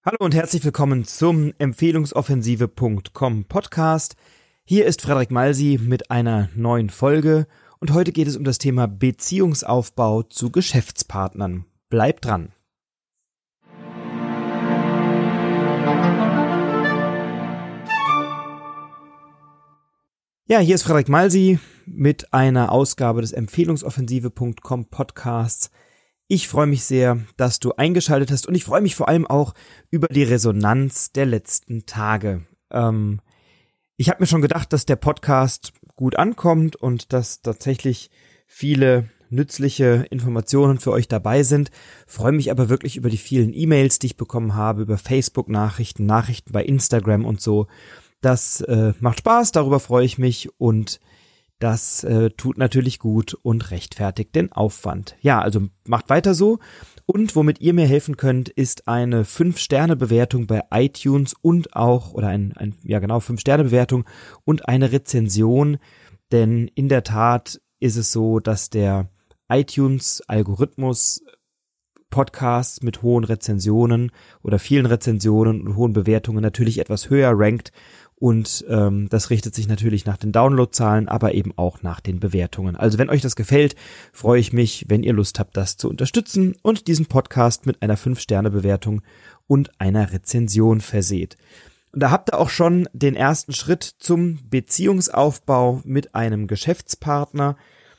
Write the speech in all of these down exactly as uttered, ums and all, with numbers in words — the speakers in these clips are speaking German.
Hallo und herzlich willkommen zum Empfehlungsoffensive Punkt com Podcast. Hier ist Frederik Malsi mit einer neuen Folge und heute geht es um das Thema Beziehungsaufbau zu Geschäftspartnern. Bleibt dran! Ja, hier ist Frederik Malsi mit einer Ausgabe des Empfehlungsoffensive Punkt com Podcasts. Ich freue mich sehr, dass du eingeschaltet hast und ich freue mich vor allem auch über die Resonanz der letzten Tage. Ähm, ich habe mir schon gedacht, dass der Podcast gut ankommt und dass tatsächlich viele nützliche Informationen für euch dabei sind. Freue mich aber wirklich über die vielen E-Mails, die ich bekommen habe, über Facebook-Nachrichten, Nachrichten bei Instagram und so. Das äh, macht Spaß, darüber freue ich mich und das äh, tut natürlich gut und rechtfertigt den Aufwand. Ja, also macht weiter so. Und womit ihr mir helfen könnt, ist eine fünf Sterne Bewertung bei iTunes und auch, oder ein, ein ja genau, fünf Sterne Bewertung und eine Rezension. Denn in der Tat ist es so, dass der iTunes-Algorithmus Podcasts mit hohen Rezensionen oder vielen Rezensionen und hohen Bewertungen natürlich etwas höher rankt. Und ähm, das richtet sich natürlich nach den Downloadzahlen, aber eben auch nach den Bewertungen. Also wenn euch das gefällt, freue ich mich, wenn ihr Lust habt, das zu unterstützen und diesen Podcast mit einer fünf Sterne Bewertung und einer Rezension verseht. Und da habt ihr auch schon den ersten Schritt zum Beziehungsaufbau mit einem Geschäftspartner.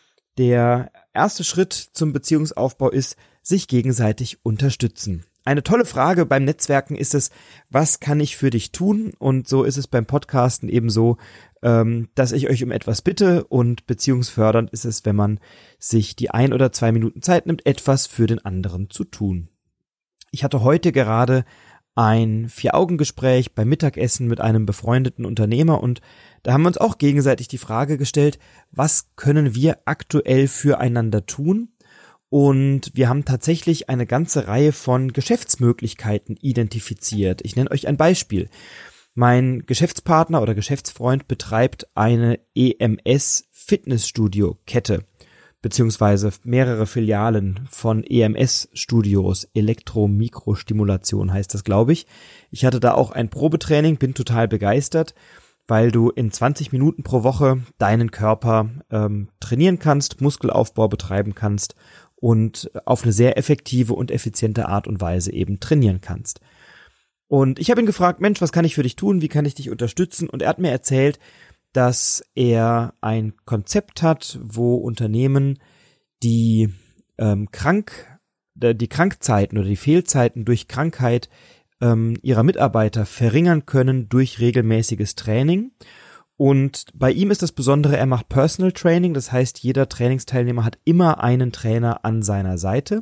Der erste Schritt zum Beziehungsaufbau ist, sich gegenseitig unterstützen. Eine tolle Frage beim Netzwerken ist es, was kann ich für dich tun? Und so ist es beim Podcasten eben so, ähm, dass ich euch um etwas bitte und beziehungsfördernd ist es, wenn man sich die ein oder zwei Minuten Zeit nimmt, etwas für den anderen zu tun. Ich hatte heute gerade ein Vier-Augen-Gespräch beim Mittagessen mit einem befreundeten Unternehmer und da haben wir uns auch gegenseitig die Frage gestellt, was können wir aktuell füreinander tun? Und wir haben tatsächlich eine ganze Reihe von Geschäftsmöglichkeiten identifiziert. Ich nenne euch ein Beispiel. Mein Geschäftspartner oder Geschäftsfreund betreibt eine E M S-Fitnessstudio-Kette, beziehungsweise mehrere Filialen von E M S-Studios. Elektromikrostimulation heißt das, glaube ich. Ich hatte da auch ein Probetraining, bin total begeistert, weil du in zwanzig Minuten pro Woche deinen Körper ähm, trainieren kannst, Muskelaufbau betreiben kannst und auf eine sehr effektive und effiziente Art und Weise eben trainieren kannst. Und ich habe ihn gefragt, Mensch, was kann ich für dich tun? Wie kann ich dich unterstützen? Und er hat mir erzählt, dass er ein Konzept hat, wo Unternehmen die ähm, krank, die Krankzeiten oder die Fehlzeiten durch Krankheit ähm, ihrer Mitarbeiter verringern können durch regelmäßiges Training. Und bei ihm ist das Besondere, er macht Personal Training, das heißt, jeder Trainingsteilnehmer hat immer einen Trainer an seiner Seite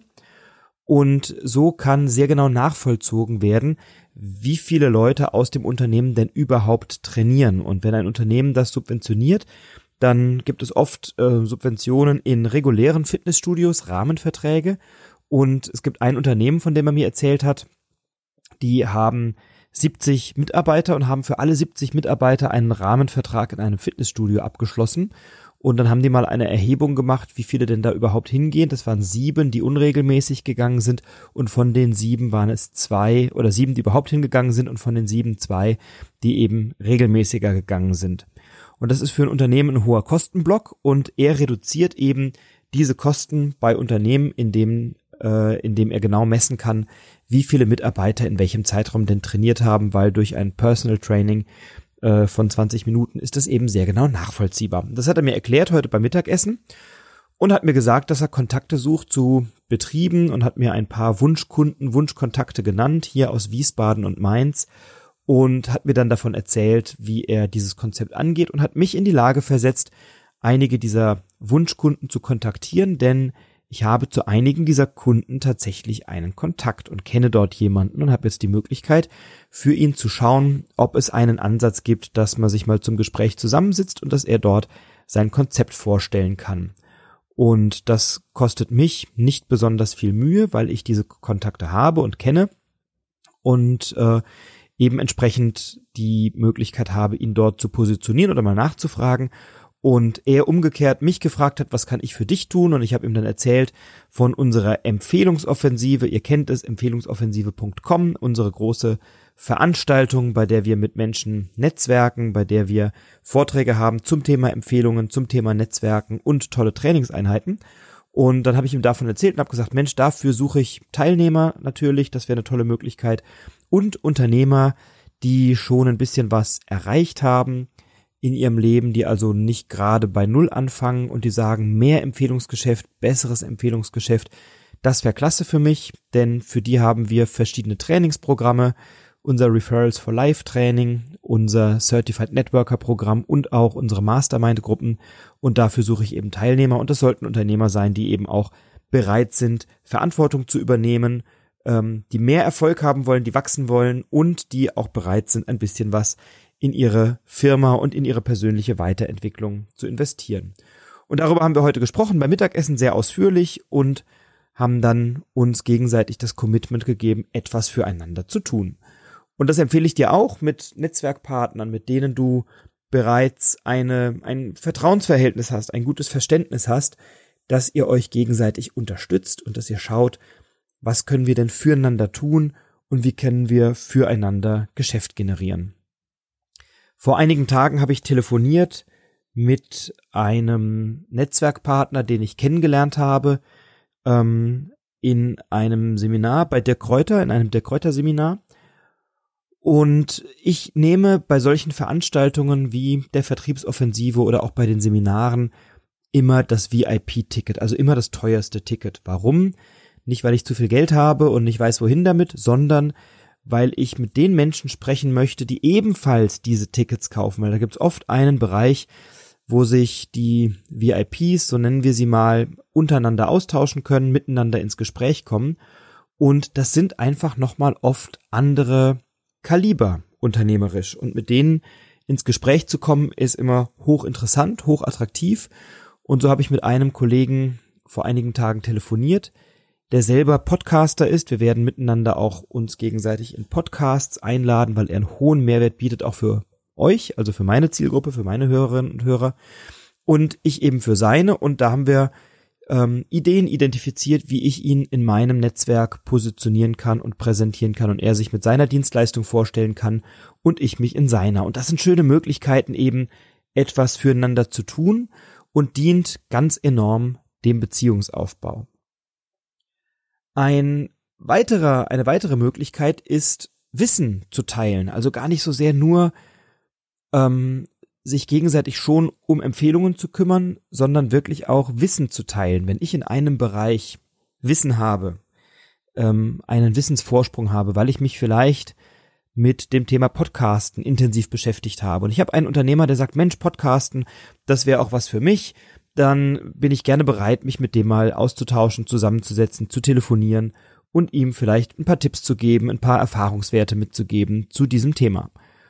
und so kann sehr genau nachvollzogen werden, wie viele Leute aus dem Unternehmen denn überhaupt trainieren. Und wenn ein Unternehmen das subventioniert, dann gibt es oft äh, Subventionen in regulären Fitnessstudios, Rahmenverträge und es gibt ein Unternehmen, von dem er mir erzählt hat, die haben siebzig Mitarbeiter und haben für alle siebzig Mitarbeiter einen Rahmenvertrag in einem Fitnessstudio abgeschlossen. Und dann haben die mal eine Erhebung gemacht, wie viele denn da überhaupt hingehen. Das waren sieben, die unregelmäßig gegangen sind. Und von den sieben waren es zwei oder sieben, die überhaupt hingegangen sind. Und von den sieben zwei, die eben regelmäßiger gegangen sind. Und das ist für ein Unternehmen ein hoher Kostenblock. Und er reduziert eben diese Kosten bei Unternehmen, in dem in dem er genau messen kann, wie viele Mitarbeiter in welchem Zeitraum denn trainiert haben, weil durch ein Personal Training äh, von zwanzig Minuten ist das eben sehr genau nachvollziehbar. Das hat er mir erklärt heute beim Mittagessen und hat mir gesagt, dass er Kontakte sucht zu Betrieben und hat mir ein paar Wunschkunden, Wunschkontakte genannt, hier aus Wiesbaden und Mainz und hat mir dann davon erzählt, wie er dieses Konzept angeht und hat mich in die Lage versetzt, einige dieser Wunschkunden zu kontaktieren, denn ich habe zu einigen dieser Kunden tatsächlich einen Kontakt und kenne dort jemanden und habe jetzt die Möglichkeit, für ihn zu schauen, ob es einen Ansatz gibt, dass man sich mal zum Gespräch zusammensitzt und dass er dort sein Konzept vorstellen kann. Und das kostet mich nicht besonders viel Mühe, weil ich diese Kontakte habe und kenne und äh, eben entsprechend die Möglichkeit habe, ihn dort zu positionieren oder mal nachzufragen. und er umgekehrt mich gefragt hat, was kann ich für dich tun, und ich habe ihm dann erzählt von unserer Empfehlungsoffensive. Ihr kennt es, empfehlungsoffensive Punkt com, unsere große Veranstaltung, bei der wir mit Menschen netzwerken, bei der wir Vorträge haben zum Thema Empfehlungen, zum Thema Netzwerken und tolle Trainingseinheiten. Und dann habe ich ihm davon erzählt und habe gesagt, Mensch, dafür suche ich Teilnehmer natürlich, das wäre eine tolle Möglichkeit, und Unternehmer, die schon ein bisschen was erreicht haben in ihrem Leben, die also nicht gerade bei Null anfangen und die sagen, mehr Empfehlungsgeschäft, besseres Empfehlungsgeschäft, das wäre klasse für mich, denn für die haben wir verschiedene Trainingsprogramme, unser Referrals for Life Training, unser Certified Networker Programm und auch unsere Mastermind-Gruppen, und dafür suche ich eben Teilnehmer, und das sollten Unternehmer sein, die eben auch bereit sind, Verantwortung zu übernehmen, ähm, die mehr Erfolg haben wollen, die wachsen wollen und die auch bereit sind, ein bisschen was in ihre Firma und in ihre persönliche Weiterentwicklung zu investieren. Und darüber haben wir heute gesprochen, beim Mittagessen sehr ausführlich, und haben dann uns gegenseitig das Commitment gegeben, etwas füreinander zu tun. Und das empfehle ich dir auch mit Netzwerkpartnern, mit denen du bereits eine, ein Vertrauensverhältnis hast, ein gutes Verständnis hast, dass ihr euch gegenseitig unterstützt und dass ihr schaut, was können wir denn füreinander tun und wie können wir füreinander Geschäft generieren. Vor einigen Tagen habe ich telefoniert mit einem Netzwerkpartner, den ich kennengelernt habe, ähm, in einem Seminar bei Dirk Kräuter, in einem Dirk Kräuter Seminar. Und ich nehme bei solchen Veranstaltungen wie der Vertriebsoffensive oder auch bei den Seminaren immer das V I P-Ticket, also immer das teuerste Ticket. Warum? Nicht, weil ich zu viel Geld habe und nicht weiß, wohin damit, sondern weil ich mit den Menschen sprechen möchte, die ebenfalls diese Tickets kaufen, weil da gibt es oft einen Bereich, wo sich die V I Ps, so nennen wir sie mal, untereinander austauschen können, miteinander ins Gespräch kommen, und das sind einfach nochmal oft andere Kaliber unternehmerisch, und mit denen ins Gespräch zu kommen, ist immer hochinteressant, hochattraktiv, und so habe ich mit einem Kollegen vor einigen Tagen telefoniert, der selber Podcaster ist. Wir werden miteinander auch uns gegenseitig in Podcasts einladen, weil er einen hohen Mehrwert bietet, auch für euch, also für meine Zielgruppe, für meine Hörerinnen und Hörer, und ich eben für seine. Und da haben wir ähm, Ideen identifiziert, wie ich ihn in meinem Netzwerk positionieren kann und präsentieren kann und er sich mit seiner Dienstleistung vorstellen kann und ich mich in seiner. Und das sind schöne Möglichkeiten, eben etwas füreinander zu tun, und dient ganz enorm dem Beziehungsaufbau. Ein weiterer, eine weitere Möglichkeit ist, Wissen zu teilen. Also gar nicht so sehr nur ähm, sich gegenseitig schon um Empfehlungen zu kümmern, sondern wirklich auch Wissen zu teilen. Wenn ich in einem Bereich Wissen habe, ähm, einen Wissensvorsprung habe, weil ich mich vielleicht mit dem Thema Podcasten intensiv beschäftigt habe, und ich habe einen Unternehmer, der sagt, Mensch, Podcasten, das wäre auch was für mich, dann bin ich gerne bereit, mich mit dem mal auszutauschen, zusammenzusetzen, zu telefonieren und ihm vielleicht ein paar Tipps zu geben, ein paar Erfahrungswerte mitzugeben zu diesem Thema.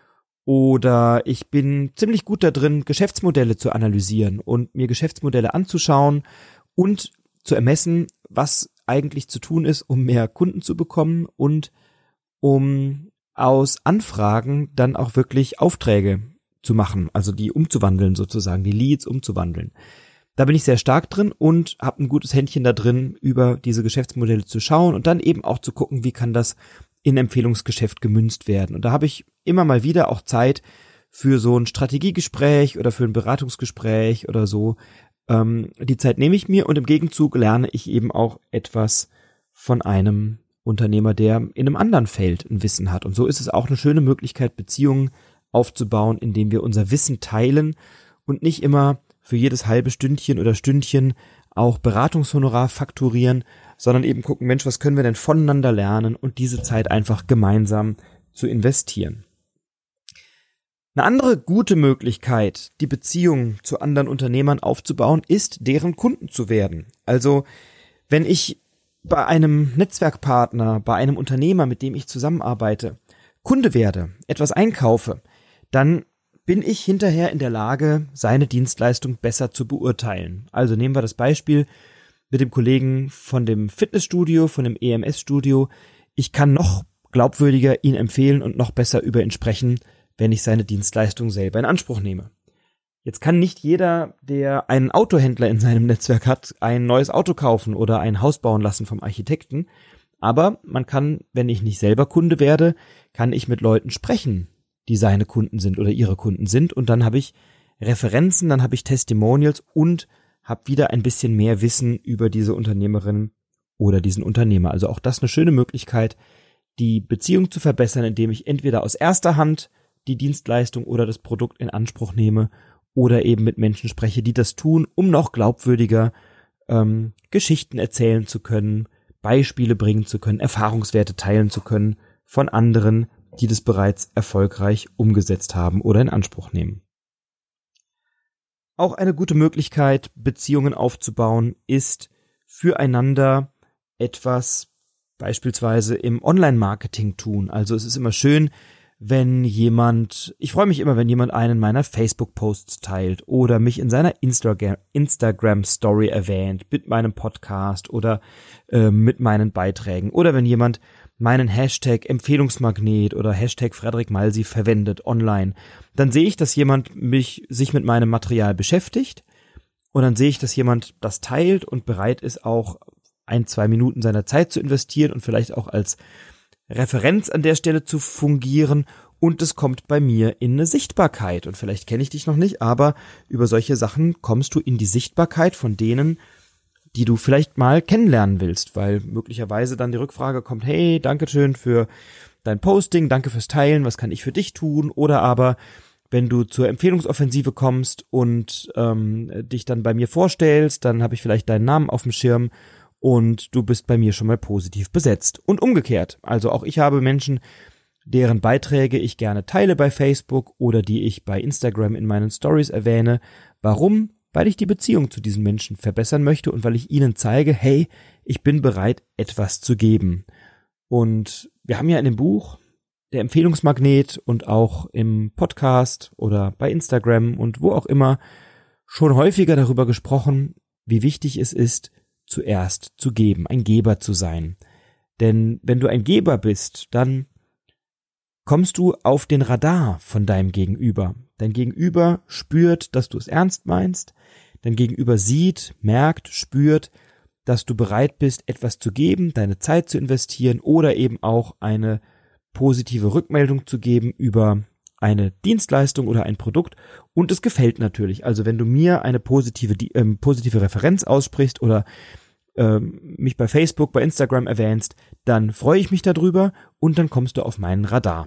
Oder ich bin ziemlich gut da drin, Geschäftsmodelle zu analysieren und mir Geschäftsmodelle anzuschauen und zu ermessen, was eigentlich zu tun ist, um mehr Kunden zu bekommen und um aus Anfragen dann auch wirklich Aufträge zu machen, also die umzuwandeln sozusagen, die Leads umzuwandeln. Da bin ich sehr stark drin und habe ein gutes Händchen da drin, über diese Geschäftsmodelle zu schauen und dann eben auch zu gucken, wie kann das in Empfehlungsgeschäft gemünzt werden. Und da habe ich immer mal wieder auch Zeit für so ein Strategiegespräch oder für ein Beratungsgespräch oder so. Ähm, die Zeit nehme ich mir, und im Gegenzug lerne ich eben auch etwas von einem Unternehmer, der in einem anderen Feld ein Wissen hat. Und so ist es auch eine schöne Möglichkeit, Beziehungen aufzubauen, indem wir unser Wissen teilen und nicht immer für jedes halbe Stündchen oder Stündchen auch Beratungshonorar fakturieren, sondern eben gucken, Mensch, was können wir denn voneinander lernen, und diese Zeit einfach gemeinsam zu investieren. Eine andere gute Möglichkeit, die Beziehung zu anderen Unternehmern aufzubauen, ist, deren Kunden zu werden. Also, wenn ich bei einem Netzwerkpartner, bei einem Unternehmer, mit dem ich zusammenarbeite, Kunde werde, etwas einkaufe, dann bin ich hinterher in der Lage, seine Dienstleistung besser zu beurteilen. Also nehmen wir das Beispiel mit dem Kollegen von dem Fitnessstudio, von dem E M S-Studio. Ich kann noch glaubwürdiger ihn empfehlen und noch besser über ihn sprechen, wenn ich seine Dienstleistung selber in Anspruch nehme. Jetzt kann nicht jeder, der einen Autohändler in seinem Netzwerk hat, ein neues Auto kaufen oder ein Haus bauen lassen vom Architekten. Aber man kann, wenn ich nicht selber Kunde werde, kann ich mit Leuten sprechen, die seine Kunden sind oder ihre Kunden sind. Und dann habe ich Referenzen, dann habe ich Testimonials und habe wieder ein bisschen mehr Wissen über diese Unternehmerin oder diesen Unternehmer. Also auch das eine schöne Möglichkeit, die Beziehung zu verbessern, indem ich entweder aus erster Hand die Dienstleistung oder das Produkt in Anspruch nehme oder eben mit Menschen spreche, die das tun, um noch glaubwürdiger ähm, Geschichten erzählen zu können, Beispiele bringen zu können, Erfahrungswerte teilen zu können von anderen, die das bereits erfolgreich umgesetzt haben oder in Anspruch nehmen. Auch eine gute Möglichkeit, Beziehungen aufzubauen, ist füreinander etwas beispielsweise im Online-Marketing tun. Also es ist immer schön, wenn jemand, ich freue mich immer, wenn jemand einen meiner Facebook-Posts teilt oder mich in seiner Instagram, Instagram-Story erwähnt mit meinem Podcast oder äh, mit meinen Beiträgen oder wenn jemand meinen Hashtag Empfehlungsmagnet oder Hashtag Frederik Malsi verwendet online, dann sehe ich, dass jemand mich sich mit meinem Material beschäftigt und dann sehe ich, dass jemand das teilt und bereit ist, auch ein, zwei Minuten seiner Zeit zu investieren und vielleicht auch als Referenz an der Stelle zu fungieren und es kommt bei mir in eine Sichtbarkeit und vielleicht kenne ich dich noch nicht, aber über solche Sachen kommst du in die Sichtbarkeit von denen, die du vielleicht mal kennenlernen willst, weil möglicherweise dann die Rückfrage kommt, hey, danke schön für dein Posting, danke fürs Teilen, was kann ich für dich tun? Oder aber, wenn du zur Empfehlungsoffensive kommst und ähm, dich dann bei mir vorstellst, dann habe ich vielleicht deinen Namen auf dem Schirm und du bist bei mir schon mal positiv besetzt. Und umgekehrt, also auch ich habe Menschen, deren Beiträge ich gerne teile bei Facebook oder die ich bei Instagram in meinen Stories erwähne. Warum? Weil ich die Beziehung zu diesen Menschen verbessern möchte und weil ich ihnen zeige, hey, ich bin bereit, etwas zu geben. Und wir haben ja in dem Buch Der Empfehlungsmagnet und auch im Podcast oder bei Instagram und wo auch immer schon häufiger darüber gesprochen, wie wichtig es ist, zuerst zu geben, ein Geber zu sein. Denn wenn du ein Geber bist, dann kommst du auf den Radar von deinem Gegenüber. Dein Gegenüber spürt, dass du es ernst meinst. Dein Gegenüber sieht, merkt, spürt, dass du bereit bist, etwas zu geben, deine Zeit zu investieren oder eben auch eine positive Rückmeldung zu geben über eine Dienstleistung oder ein Produkt. Und es gefällt natürlich. Also wenn du mir eine positive, äh, positive Referenz aussprichst oder ähm, mich bei Facebook, bei Instagram erwähnst, dann freue ich mich darüber und dann kommst du auf meinen Radar.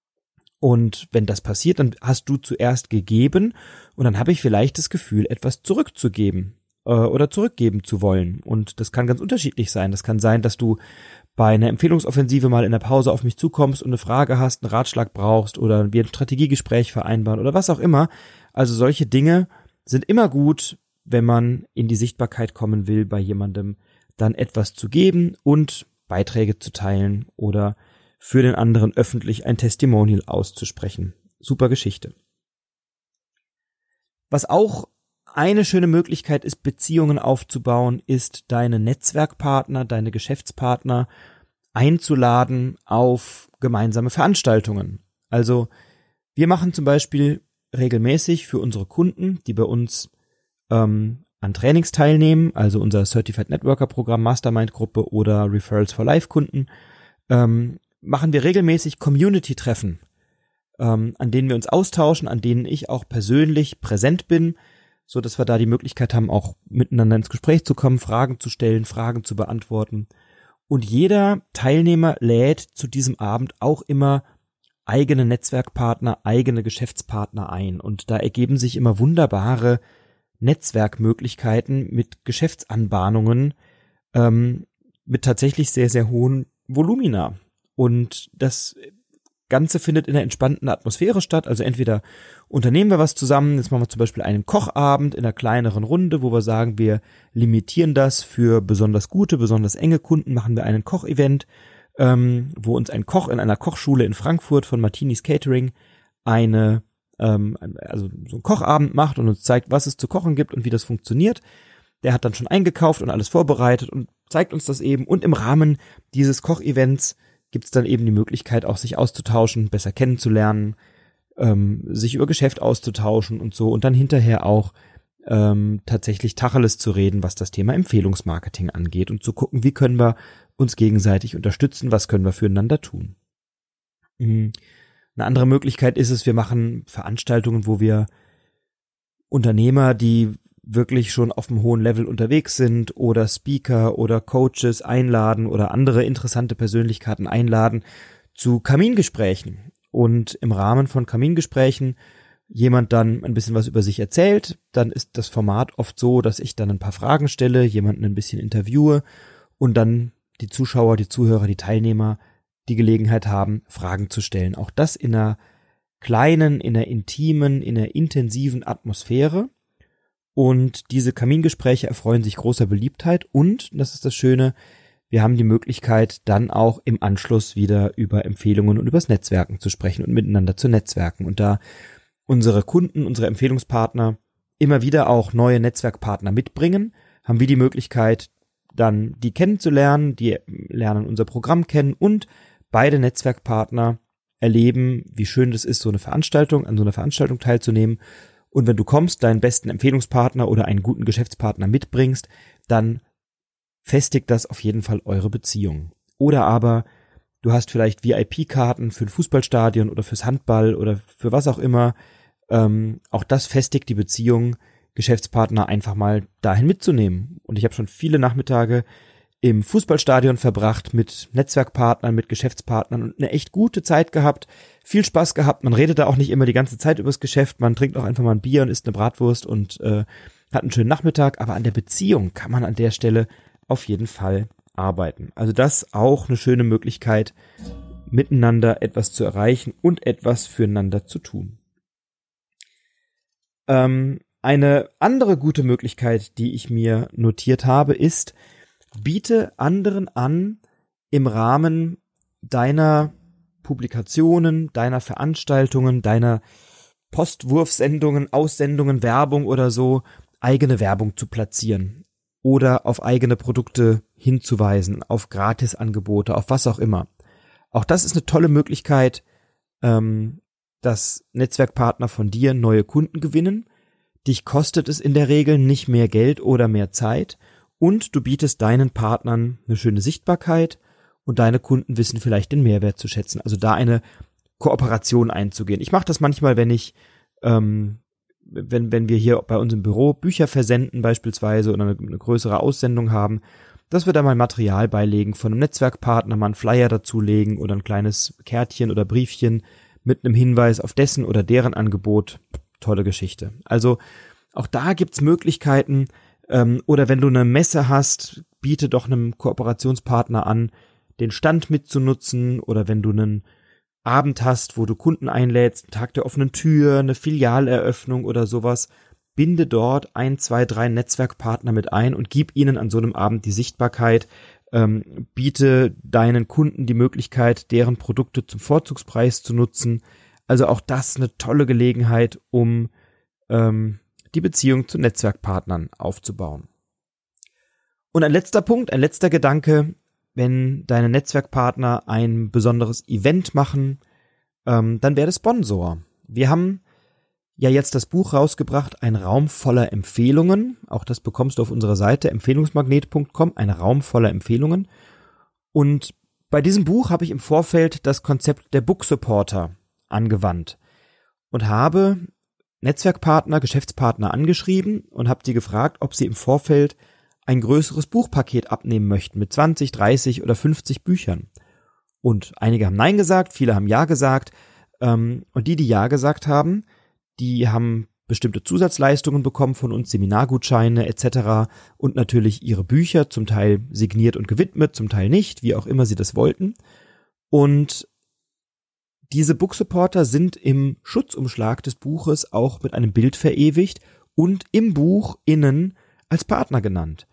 Und wenn das passiert, dann hast du zuerst gegeben und dann habe ich vielleicht das Gefühl, etwas zurückzugeben äh, oder zurückgeben zu wollen. Und das kann ganz unterschiedlich sein. Das kann sein, dass du bei einer Empfehlungsoffensive mal in der Pause auf mich zukommst und eine Frage hast, einen Ratschlag brauchst oder wir ein Strategiegespräch vereinbaren oder was auch immer. Also solche Dinge sind immer gut, wenn man in die Sichtbarkeit kommen will, bei jemandem dann etwas zu geben und Beiträge zu teilen oder für den anderen öffentlich ein Testimonial auszusprechen. Super Geschichte. Was auch eine schöne Möglichkeit ist, Beziehungen aufzubauen, ist deine Netzwerkpartner, deine Geschäftspartner einzuladen auf gemeinsame Veranstaltungen. Also wir machen zum Beispiel regelmäßig für unsere Kunden, die bei uns ähm, an Trainings teilnehmen, also unser Certified Networker Programm, Mastermind-Gruppe oder Referrals for Life Kunden, ähm, machen wir regelmäßig Community-Treffen, ähm, an denen wir uns austauschen, an denen ich auch persönlich präsent bin, so dass wir da die Möglichkeit haben, auch miteinander ins Gespräch zu kommen, Fragen zu stellen, Fragen zu beantworten. Und jeder Teilnehmer lädt zu diesem Abend auch immer eigene Netzwerkpartner, eigene Geschäftspartner ein. Und da ergeben sich immer wunderbare Netzwerkmöglichkeiten mit Geschäftsanbahnungen, ähm, mit tatsächlich sehr, sehr hohen Volumina. Und das Ganze findet in einer entspannten Atmosphäre statt. Also entweder unternehmen wir was zusammen, jetzt machen wir zum Beispiel einen Kochabend in einer kleineren Runde, wo wir sagen, wir limitieren das für besonders gute, besonders enge Kunden, machen wir einen Kochevent, ähm, wo uns ein Koch in einer Kochschule in Frankfurt von Martinis Catering eine, ähm, also so einen Kochabend macht und uns zeigt, was es zu kochen gibt und wie das funktioniert. Der hat dann schon eingekauft und alles vorbereitet und zeigt uns das eben. Und im Rahmen dieses Kochevents gibt es dann eben die Möglichkeit, auch sich auszutauschen, besser kennenzulernen, ähm, sich über Geschäft auszutauschen und so und dann hinterher auch ähm, tatsächlich Tacheles zu reden, was das Thema Empfehlungsmarketing angeht und zu gucken, wie können wir uns gegenseitig unterstützen, was können wir füreinander tun. Mhm. Eine andere Möglichkeit ist es, wir machen Veranstaltungen, wo wir Unternehmer, die wirklich schon auf einem hohen Level unterwegs sind oder Speaker oder Coaches einladen oder andere interessante Persönlichkeiten einladen zu Kamingesprächen und im Rahmen von Kamingesprächen jemand dann ein bisschen was über sich erzählt, dann ist das Format oft so, dass ich dann ein paar Fragen stelle, jemanden ein bisschen interviewe und dann die Zuschauer, die Zuhörer, die Teilnehmer die Gelegenheit haben, Fragen zu stellen. Auch das in einer kleinen, in einer intimen, in einer intensiven Atmosphäre. Und diese Kamingespräche erfreuen sich großer Beliebtheit und, das ist das Schöne, wir haben die Möglichkeit, dann auch im Anschluss wieder über Empfehlungen und übers Netzwerken zu sprechen und miteinander zu netzwerken. Und da unsere Kunden, unsere Empfehlungspartner immer wieder auch neue Netzwerkpartner mitbringen, haben wir die Möglichkeit, dann die kennenzulernen, die lernen unser Programm kennen und beide Netzwerkpartner erleben, wie schön das ist, so eine Veranstaltung, an so einer Veranstaltung teilzunehmen. Und wenn du kommst, deinen besten Empfehlungspartner oder einen guten Geschäftspartner mitbringst, dann festigt das auf jeden Fall eure Beziehung. Oder aber du hast vielleicht V I P-Karten für ein Fußballstadion oder fürs Handball oder für was auch immer. Ähm, auch das festigt die Beziehung, Geschäftspartner einfach mal dahin mitzunehmen. Und ich habe schon viele Nachmittage im Fußballstadion verbracht mit Netzwerkpartnern, mit Geschäftspartnern und eine echt gute Zeit gehabt, viel Spaß gehabt. Man redet da auch nicht immer die ganze Zeit übers Geschäft, man trinkt auch einfach mal ein Bier und isst eine Bratwurst und äh, hat einen schönen Nachmittag, aber an der Beziehung kann man an der Stelle auf jeden Fall arbeiten. Also das auch eine schöne Möglichkeit, miteinander etwas zu erreichen und etwas füreinander zu tun. Ähm, eine andere gute Möglichkeit, die ich mir notiert habe, ist, biete anderen an, im Rahmen deiner Publikationen, deiner Veranstaltungen, deiner Postwurfsendungen, Aussendungen, Werbung oder so, eigene Werbung zu platzieren oder auf eigene Produkte hinzuweisen, auf Gratisangebote, auf was auch immer. Auch das ist eine tolle Möglichkeit, ähm, dass Netzwerkpartner von dir neue Kunden gewinnen. Dich kostet es in der Regel nicht mehr Geld oder mehr Zeit. Und du bietest deinen Partnern eine schöne Sichtbarkeit und deine Kunden wissen vielleicht den Mehrwert zu schätzen. Also da eine Kooperation einzugehen. Ich mache das manchmal, wenn ich, ähm, wenn wenn wir hier bei uns im Büro Bücher versenden beispielsweise oder eine, eine größere Aussendung haben, dass wir da mal Material beilegen von einem Netzwerkpartner, mal einen Flyer dazulegen oder ein kleines Kärtchen oder Briefchen mit einem Hinweis auf dessen oder deren Angebot. Tolle Geschichte. Also auch da gibt's Möglichkeiten. Ähm, oder wenn du eine Messe hast, biete doch einem Kooperationspartner an, den Stand mitzunutzen. Oder wenn du einen Abend hast, wo du Kunden einlädst, einen Tag der offenen Tür, eine Filialeröffnung oder sowas, binde dort ein, zwei, drei Netzwerkpartner mit ein und gib ihnen an so einem Abend die Sichtbarkeit, ähm, biete deinen Kunden die Möglichkeit, deren Produkte zum Vorzugspreis zu nutzen. Also auch das eine tolle Gelegenheit, um ähm, die Beziehung zu Netzwerkpartnern aufzubauen. Und ein letzter Punkt, ein letzter Gedanke, wenn deine Netzwerkpartner ein besonderes Event machen, ähm, dann werde Sponsor. Wir haben ja jetzt das Buch rausgebracht, ein Raum voller Empfehlungen. Auch das bekommst du auf unserer Seite empfehlungsmagnet punkt com, ein Raum voller Empfehlungen. Und bei diesem Buch habe ich im Vorfeld das Konzept der Book Supporter angewandt und habe Netzwerkpartner, Geschäftspartner angeschrieben und habe sie gefragt, ob sie im Vorfeld ein größeres Buchpaket abnehmen möchten mit zwanzig, dreißig oder fünfzig Büchern. Und einige haben Nein gesagt, viele haben Ja gesagt. Ähm, und die, die Ja gesagt haben, die haben bestimmte Zusatzleistungen bekommen von uns, Seminargutscheine et cetera und natürlich ihre Bücher, zum Teil signiert und gewidmet, zum Teil nicht, wie auch immer sie das wollten. Und diese Book Supporter sind im Schutzumschlag des Buches auch mit einem Bild verewigt und im Buch innen als Partner genannt.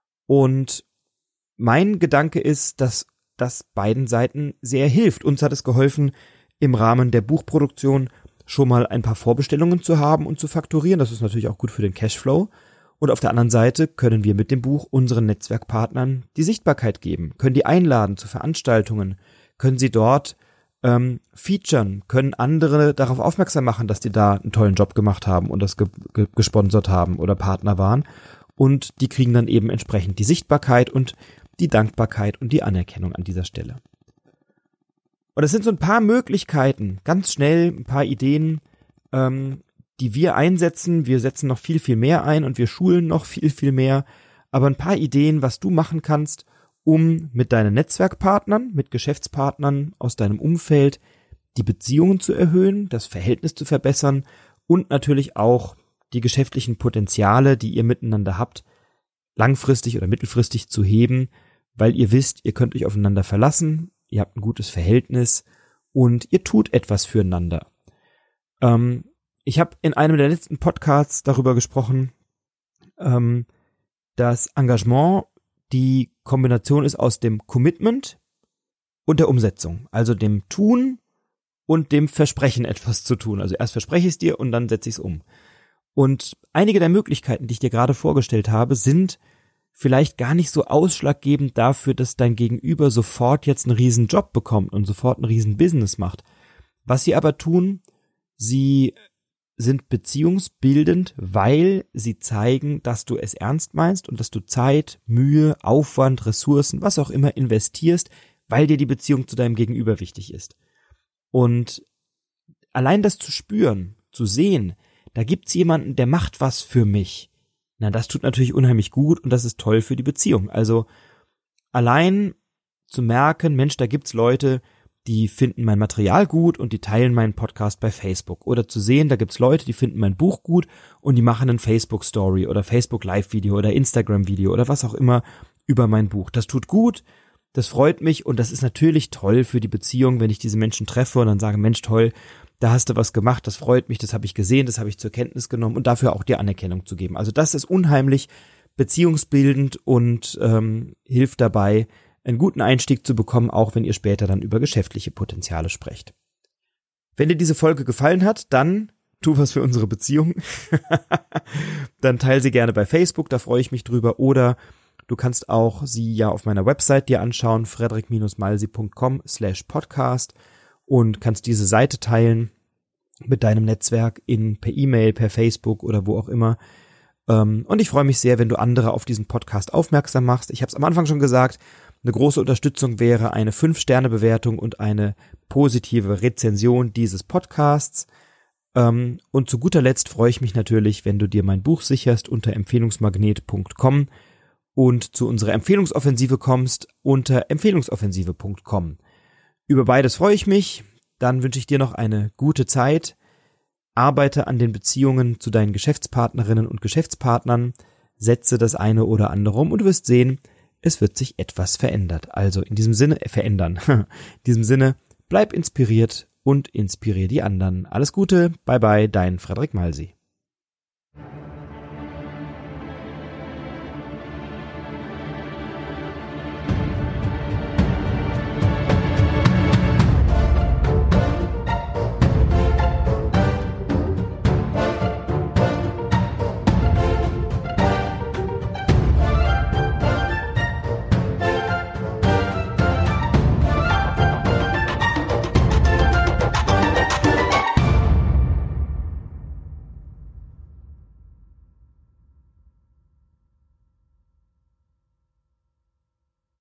Und mein Gedanke ist, dass das beiden Seiten sehr hilft. Uns hat es geholfen, im Rahmen der Buchproduktion schon mal ein paar Vorbestellungen zu haben und zu fakturieren. Das ist natürlich auch gut für den Cashflow. Und auf der anderen Seite können wir mit dem Buch unseren Netzwerkpartnern die Sichtbarkeit geben, können die einladen zu Veranstaltungen, können sie dort ähm, featuren, können andere darauf aufmerksam machen, dass die da einen tollen Job gemacht haben und das ge- ge- gesponsert haben oder Partner waren. Und die kriegen dann eben entsprechend die Sichtbarkeit und die Dankbarkeit und die Anerkennung an dieser Stelle. Und es sind so ein paar Möglichkeiten, ganz schnell ein paar Ideen, ähm, die wir einsetzen. Wir setzen noch viel, viel mehr ein und wir schulen noch viel, viel mehr. Aber ein paar Ideen, was du machen kannst, um mit deinen Netzwerkpartnern, mit Geschäftspartnern aus deinem Umfeld die Beziehungen zu erhöhen, das Verhältnis zu verbessern und natürlich auch die geschäftlichen Potenziale, die ihr miteinander habt, langfristig oder mittelfristig zu heben, weil ihr wisst, ihr könnt euch aufeinander verlassen, ihr habt ein gutes Verhältnis und ihr tut etwas füreinander. Ähm, ich habe in einem der letzten Podcasts darüber gesprochen, ähm, dass Engagement die Kombination ist aus dem Commitment und der Umsetzung, also dem Tun und dem Versprechen, etwas zu tun. Also erst verspreche ich es dir und dann setze ich es um. Und einige der Möglichkeiten, die ich dir gerade vorgestellt habe, sind vielleicht gar nicht so ausschlaggebend dafür, dass dein Gegenüber sofort jetzt einen riesen Job bekommt und sofort ein riesen Business macht. Was sie aber tun, sie sind beziehungsbildend, weil sie zeigen, dass du es ernst meinst und dass du Zeit, Mühe, Aufwand, Ressourcen, was auch immer investierst, weil dir die Beziehung zu deinem Gegenüber wichtig ist. Und allein das zu spüren, zu sehen, da gibt's jemanden, der macht was für mich. Na, das tut natürlich unheimlich gut und das ist toll für die Beziehung. Also allein zu merken, Mensch, da gibt's Leute, die finden mein Material gut und die teilen meinen Podcast bei Facebook. Oder zu sehen, da gibt's Leute, die finden mein Buch gut und die machen ein Facebook-Story oder Facebook-Live-Video oder Instagram-Video oder was auch immer über mein Buch. Das tut gut, das freut mich und das ist natürlich toll für die Beziehung, wenn ich diese Menschen treffe und dann sage, Mensch, toll, da hast du was gemacht, das freut mich, das habe ich gesehen, das habe ich zur Kenntnis genommen und dafür auch die Anerkennung zu geben. Also das ist unheimlich beziehungsbildend und ähm, hilft dabei, einen guten Einstieg zu bekommen, auch wenn ihr später dann über geschäftliche Potenziale sprecht. Wenn dir diese Folge gefallen hat, dann tu was für unsere Beziehung. Dann teile sie gerne bei Facebook, da freue ich mich drüber. Oder du kannst auch sie ja auf meiner Website dir anschauen, frederik malsi punkt com slash podcast und kannst diese Seite teilen mit deinem Netzwerk in per E-Mail, per Facebook oder wo auch immer. Und ich freue mich sehr, wenn du andere auf diesen Podcast aufmerksam machst. Ich habe es am Anfang schon gesagt, eine große Unterstützung wäre eine fünf Sterne Bewertung und eine positive Rezension dieses Podcasts. Und zu guter Letzt freue ich mich natürlich, wenn du dir mein Buch sicherst unter empfehlungsmagnet punkt com und zu unserer Empfehlungsoffensive kommst unter empfehlungsoffensive punkt com. Über beides freue ich mich. Dann wünsche ich dir noch eine gute Zeit. Arbeite an den Beziehungen zu deinen Geschäftspartnerinnen und Geschäftspartnern. Setze das eine oder andere um und du wirst sehen, es wird sich etwas verändert. Also in diesem Sinne, äh, verändern. In diesem Sinne, bleib inspiriert und inspiriere die anderen. Alles Gute, bye bye, dein Frederik Malsi.